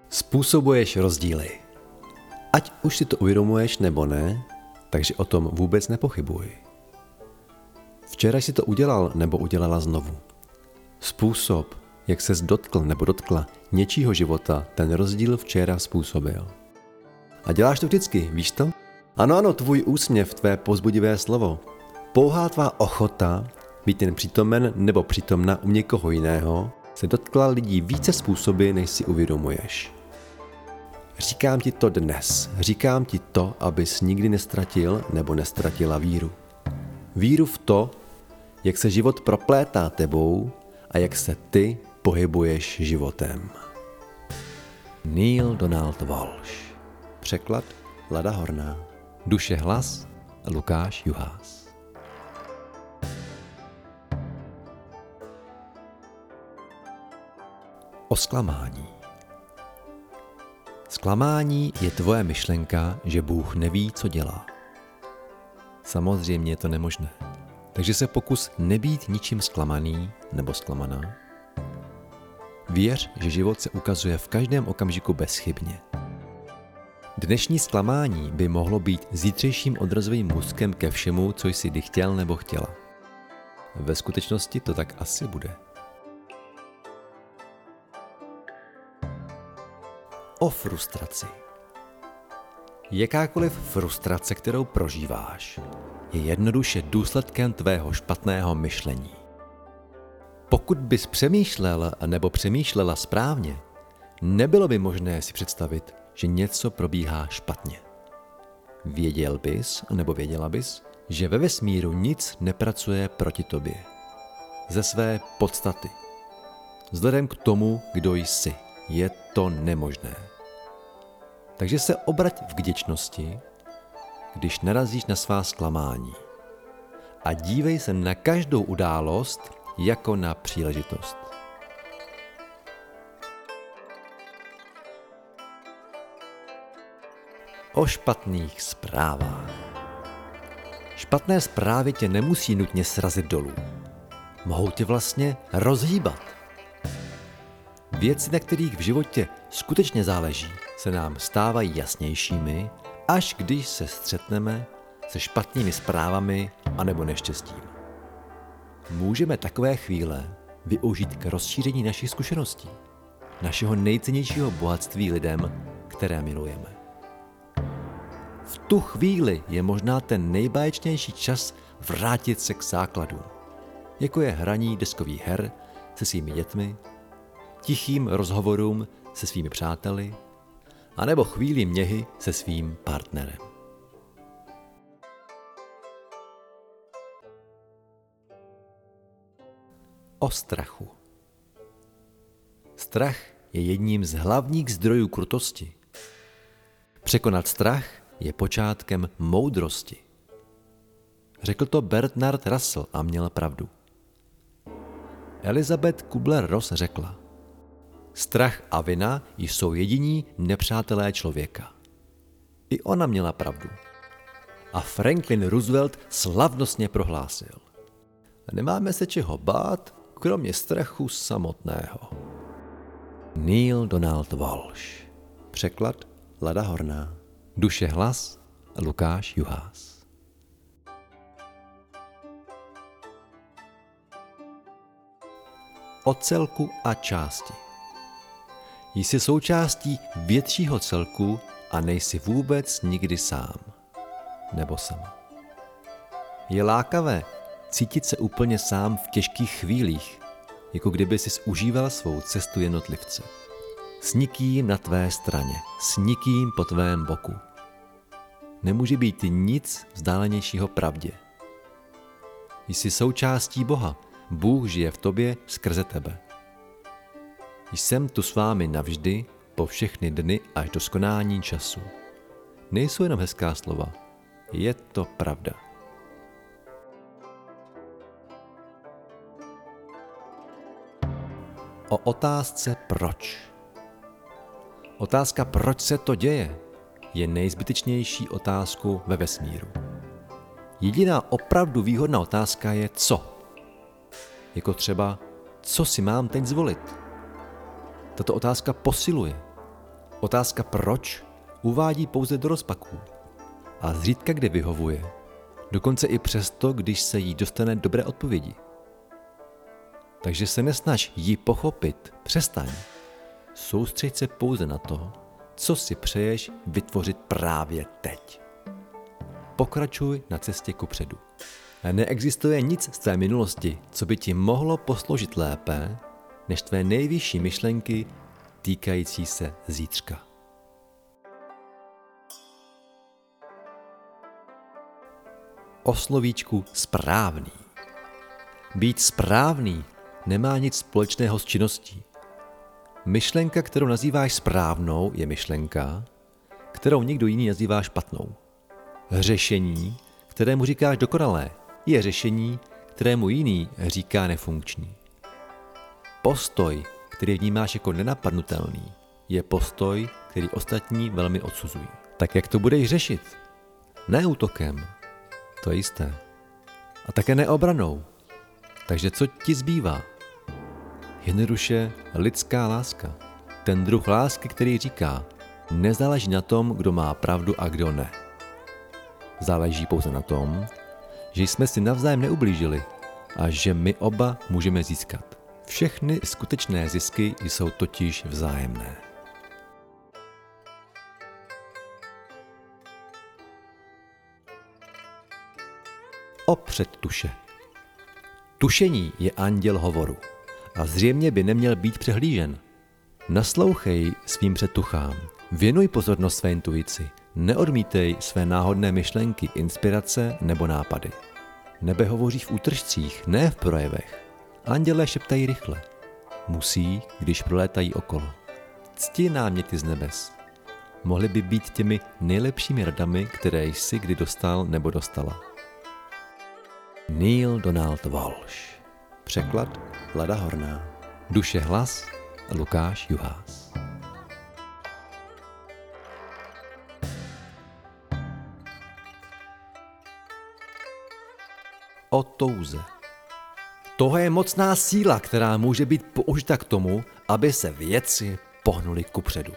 Způsobuješ rozdíly. Ať už si to uvědomuješ nebo ne, takže o tom vůbec nepochybuj. Včera si to udělal nebo udělala znovu. Způsob, jak ses dotkl nebo dotkla něčího života, ten rozdíl včera způsobil. A děláš to vždycky, víš to? Ano, tvůj úsměv, tvé povzbudivé slovo. Pouhá tvá ochota být jen přítomen nebo přítomna u někoho jiného se dotkla lidí více způsoby, než si uvědomuješ. Říkám ti to dnes. Říkám ti to, abys nikdy nestratil nebo nestratila víru. Víru v to, jak se život proplétá tebou a jak se ty pohybuješ životem. Neil Donald Walsch. Překlad Lada Horná. Duše hlas Lukáš Juhás. O zklamání. Zklamání je tvoje myšlenka, že Bůh neví, co dělá. Samozřejmě je to nemožné. Takže se pokus nebýt ničím zklamaný nebo zklamaná. Věř, že život se ukazuje v každém okamžiku bezchybně. Dnešní zklamání by mohlo být zítřejším odrazovým můstkem ke všemu, co jsi kdy chtěl nebo chtěla. Ve skutečnosti to tak asi bude. O frustraci. Jakákoliv frustrace, kterou prožíváš, je jednoduše důsledkem tvého špatného myšlení. Pokud bys přemýšlel nebo přemýšlela správně, nebylo by možné si představit, že něco probíhá špatně. Věděl bys nebo věděla bys, že ve vesmíru nic nepracuje proti tobě. Ze své podstaty. Vzhledem k tomu, kdo jsi, je to nemožné. Takže se obrať v vděčnosti, když narazíš na svá zklamání. A dívej se na každou událost jako na příležitost. O špatných zprávách. Špatné zprávy tě nemusí nutně srazit dolů. Mohou tě vlastně rozhýbat. Věci, na kterých v životě skutečně záleží, se nám stávají jasnějšími, až když se střetneme se špatnými zprávami anebo neštěstím. Můžeme takové chvíle využít k rozšíření našich zkušeností, našeho nejcennějšího bohatství lidem, které milujeme. V tu chvíli je možná ten nejbáječnější čas vrátit se k základům, jako je hraní deskových her se svými dětmi, tichým rozhovorům se svými přáteli, anebo chvíli měhy se svým partnerem. O strachu. Strach je jedním z hlavních zdrojů krutosti. Překonat strach je počátkem moudrosti. Řekl to Bertrand Russell a měl pravdu. Elizabeth Kubler-Ross řekla: strach a vina jsou jediní nepřátelé člověka. I ona měla pravdu. A Franklin Roosevelt slavnostně prohlásil: nemáme se čeho bát, kromě strachu samotného. Neil Donald Walsch. Překlad Lada Horná. Duše hlas Lukáš Juhás. O celku a části. Jsi součástí většího celku a nejsi vůbec nikdy sám. Nebo sama. Je lákavé cítit se úplně sám v těžkých chvílích, jako kdyby jsi užíval svou cestu jednotlivce. S nikým na tvé straně, s nikým po tvém boku. Nemůže být nic vzdálenějšího pravdě. Jsi součástí Boha, Bůh žije v tobě skrze tebe. Jsem tu s vámi navždy, po všechny dny až do skonání času. Nejsou jenom hezká slova, je to pravda. O otázce proč. Otázka, proč se to děje, je nejzbytečnější otázkou ve vesmíru. Jediná opravdu výhodná otázka je co. Jako třeba, co si mám teď zvolit. Tato otázka posiluje. Otázka proč uvádí pouze do rozpaků a zřídka kdy vyhovuje, dokonce i přesto, když se jí dostane dobré odpovědi. Takže se nesnaž ji pochopit, přestaň. Soustřeď se pouze na to, co si přeješ vytvořit právě teď. Pokračuj na cestě kupředu. Neexistuje nic z tvé minulosti, co by ti mohlo posloužit lépe, než tvé nejvyšší myšlenky týkající se zítřka. O slovíčku správný. Být správný nemá nic společného s činností. Myšlenka, kterou nazýváš správnou, je myšlenka, kterou někdo jiný nazývá špatnou. Řešení, kterému říkáš dokonalé, je řešení, kterému jiný říká nefunkční. Postoj, který vnímáš jako nenapadnutelný, je postoj, který ostatní velmi odsuzují. Tak jak to budeš řešit? Ne útokem, to je jisté. A také ne obranou. Takže co ti zbývá? Jednoduše lidská láska. Ten druh lásky, který říká, nezáleží na tom, kdo má pravdu a kdo ne. Záleží pouze na tom, že jsme si navzájem neublížili a že my oba můžeme získat. Všechny skutečné zisky jsou totiž vzájemné. Opřed tuše. Tušení je anděl hovoru a zřejmě by neměl být přehlížen. Naslouchej svým předtuchám, věnuj pozornost své intuici, neodmítej své náhodné myšlenky, inspirace nebo nápady. Nebe hovoří v útržcích, ne v projevech. Andělé šeptají rychle. Musí, když prolétají okolo. Cti náměty z nebes. Mohly by být těmi nejlepšími radami, které jsi kdy dostal nebo dostala. Neil Donald Walsh. Překlad Lada Horná. Duše hlas Lukáš Juhás. O touze. Tohle je mocná síla, která může být použita k tomu, aby se věci pohnuly kupředu.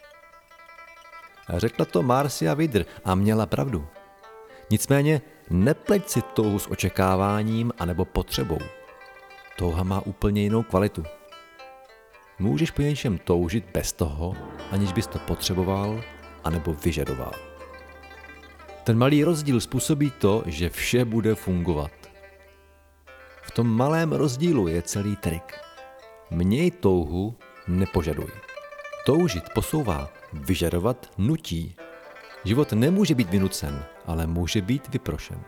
Řekla to Marcia Widr a měla pravdu. Nicméně nepleť si touhu s očekáváním anebo potřebou. Touha má úplně jinou kvalitu. Můžeš po něčem toužit bez toho, aniž bys to potřeboval anebo vyžadoval. Ten malý rozdíl způsobí to, že vše bude fungovat. V tom malém rozdílu je celý trik. Měj touhu, nepožaduj. Toužit posouvá, vyžadovat nutí. Život nemůže být vynucen, ale může být vyprošen.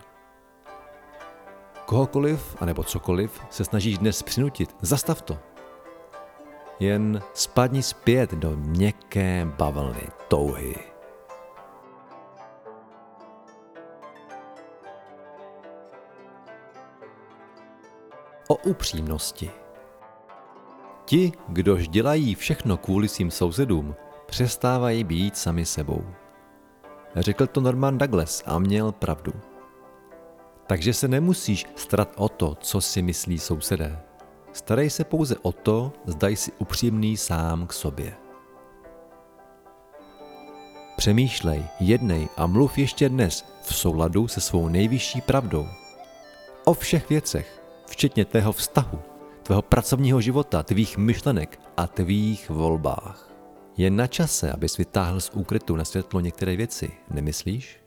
Kohokoliv anebo cokoliv se snažíš dnes přinutit, zastav to. Jen spadni zpět do měkké bavlny touhy. O upřímnosti. Ti, kdož dělají všechno kvůli svým sousedům, přestávají být sami sebou. Řekl to Norman Douglas a měl pravdu. Takže se nemusíš starat o to, co si myslí sousedé. Starej se pouze o to, zda jsi upřímný sám k sobě. Přemýšlej, jednej a mluv ještě dnes v souladu se svou nejvyšší pravdou. O všech věcech, včetně tvého vztahu, tvého pracovního života, tvých myšlenek a tvých volbách. Je na čase, abys vytáhl z úkrytu na světlo některé věci, nemyslíš?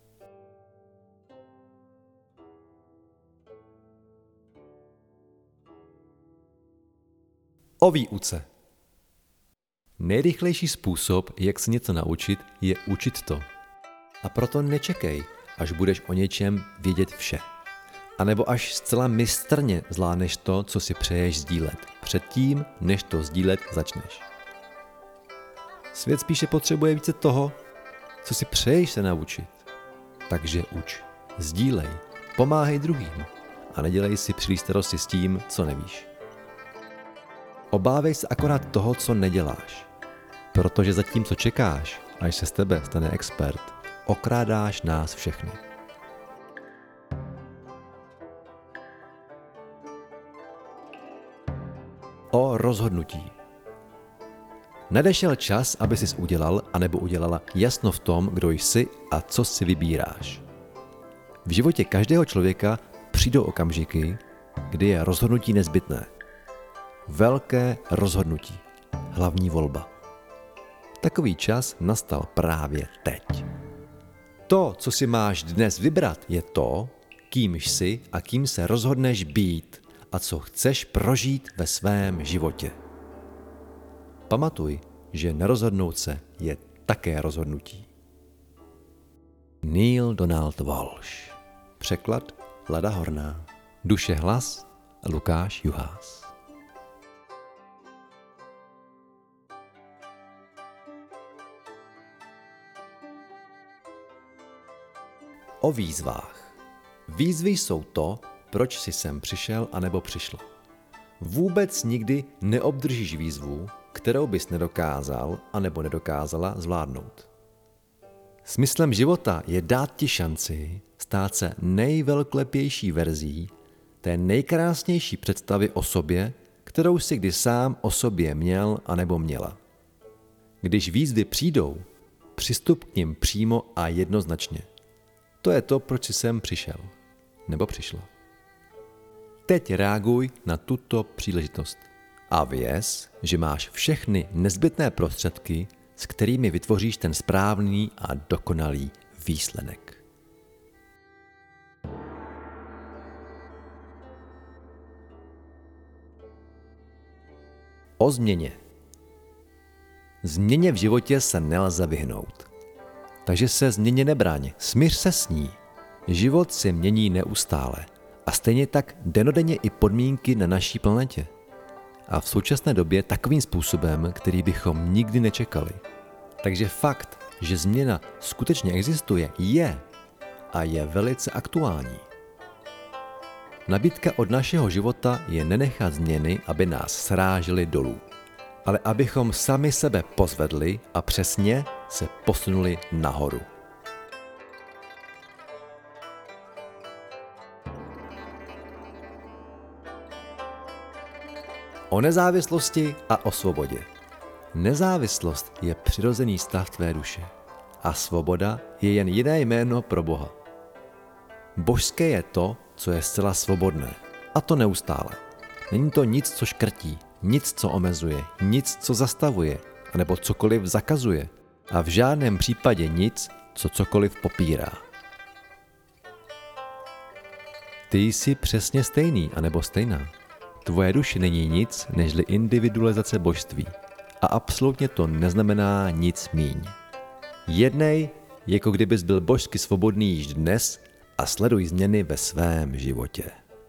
O výuce. Nejrychlejší způsob, jak se něco naučit, je učit to. A proto nečekej, až budeš o něčem vědět vše. A nebo až zcela mistrně zvládneš to, co si přeješ sdílet, předtím, než to sdílet začneš. Svět spíše potřebuje více toho, co si přeješ se naučit. Takže uč, sdílej, pomáhej druhým a nedělej si příliš starosti s tím, co nevíš. Obávej se akorát toho, co neděláš, protože zatímco čekáš, až se z tebe stane expert, okrádáš nás všechny. O rozhodnutí. Nadešel čas, aby sis udělal anebo udělala jasno v tom, kdo jsi a co si vybíráš. V životě každého člověka přijdou okamžiky, kdy je rozhodnutí nezbytné. Velké rozhodnutí. Hlavní volba. Takový čas nastal právě teď. To, co si máš dnes vybrat, je to, kým jsi a kým se rozhodneš být a co chceš prožít ve svém životě. Pamatuj, že nerozhodnout se je také rozhodnutí. Neil Donald Walsch. Překlad Lada Horná. Duše hlas Lukáš Juhás. O výzvách. Výzvy jsou to, proč jsi sem přišel anebo přišla. Vůbec nikdy neobdržíš výzvu, kterou bys nedokázal anebo nedokázala zvládnout. Smyslem života je dát ti šanci stát se nejvelkolepější verzí té nejkrásnější představy o sobě, kterou si kdy sám o sobě měl anebo měla. Když výzvy přijdou, přistup k nim přímo a jednoznačně. To je to, proč jsi sem přišel nebo přišla. Teď reaguj na tuto příležitost a věz, že máš všechny nezbytné prostředky, s kterými vytvoříš ten správný a dokonalý výsledek. O změně. Změně v životě se nelze vyhnout. Takže se změně nebraň, smíř se s ní. Život se mění neustále a stejně tak dennodenně i podmínky na naší planetě. A v současné době takovým způsobem, který bychom nikdy nečekali. Takže fakt, že změna skutečně existuje, je a je velice aktuální. Nabídka od našeho života je nenechat změny, aby nás srážely dolů, ale abychom sami sebe pozvedli a přesně se posunuli nahoru. O nezávislosti a o svobodě. Nezávislost je přirozený stav tvé duše a svoboda je jen jiné jméno pro Boha. Božské je to, co je zcela svobodné, a to neustále. Není to nic, co škrtí, nic, co omezuje, nic, co zastavuje, anebo cokoliv zakazuje a v žádném případě nic, co cokoliv popírá. Ty jsi přesně stejný anebo stejná. Tvoje duše není nic, nežli individualizace božství. A absolutně to neznamená nic míň. Jednej, jako kdybys byl božsky svobodný již dnes a sleduj změny ve svém životě.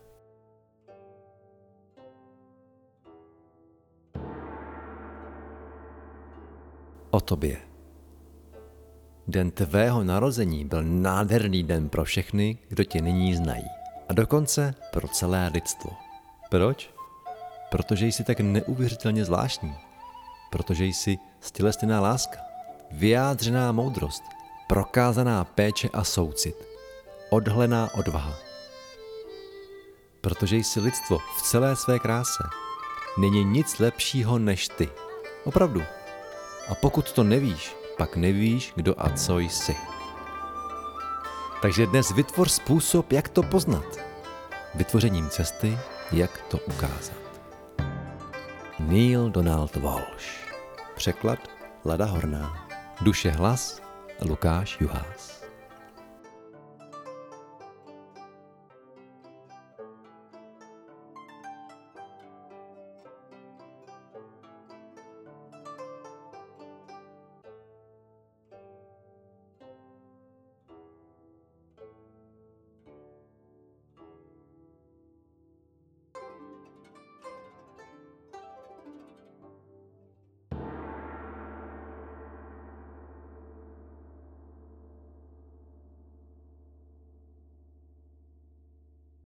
O tobě. Den tvého narození byl nádherný den pro všechny, kdo tě nyní znají. A dokonce pro celé lidstvo. Proč? Protože jsi tak neuvěřitelně zvláštní. Protože jsi stělesněná láska, vyjádřená moudrost, prokázaná péče a soucit, odhalená odvaha. Protože jsi lidstvo v celé své kráse. Není nic lepšího než ty. Opravdu. A pokud to nevíš, pak nevíš, kdo a co jsi. Takže dnes vytvoř způsob, jak to poznat. Vytvořením cesty, jak to ukázat. Neil Donald Walsch. Překlad Lada Horná. Duše hlas Lukáš Juhás.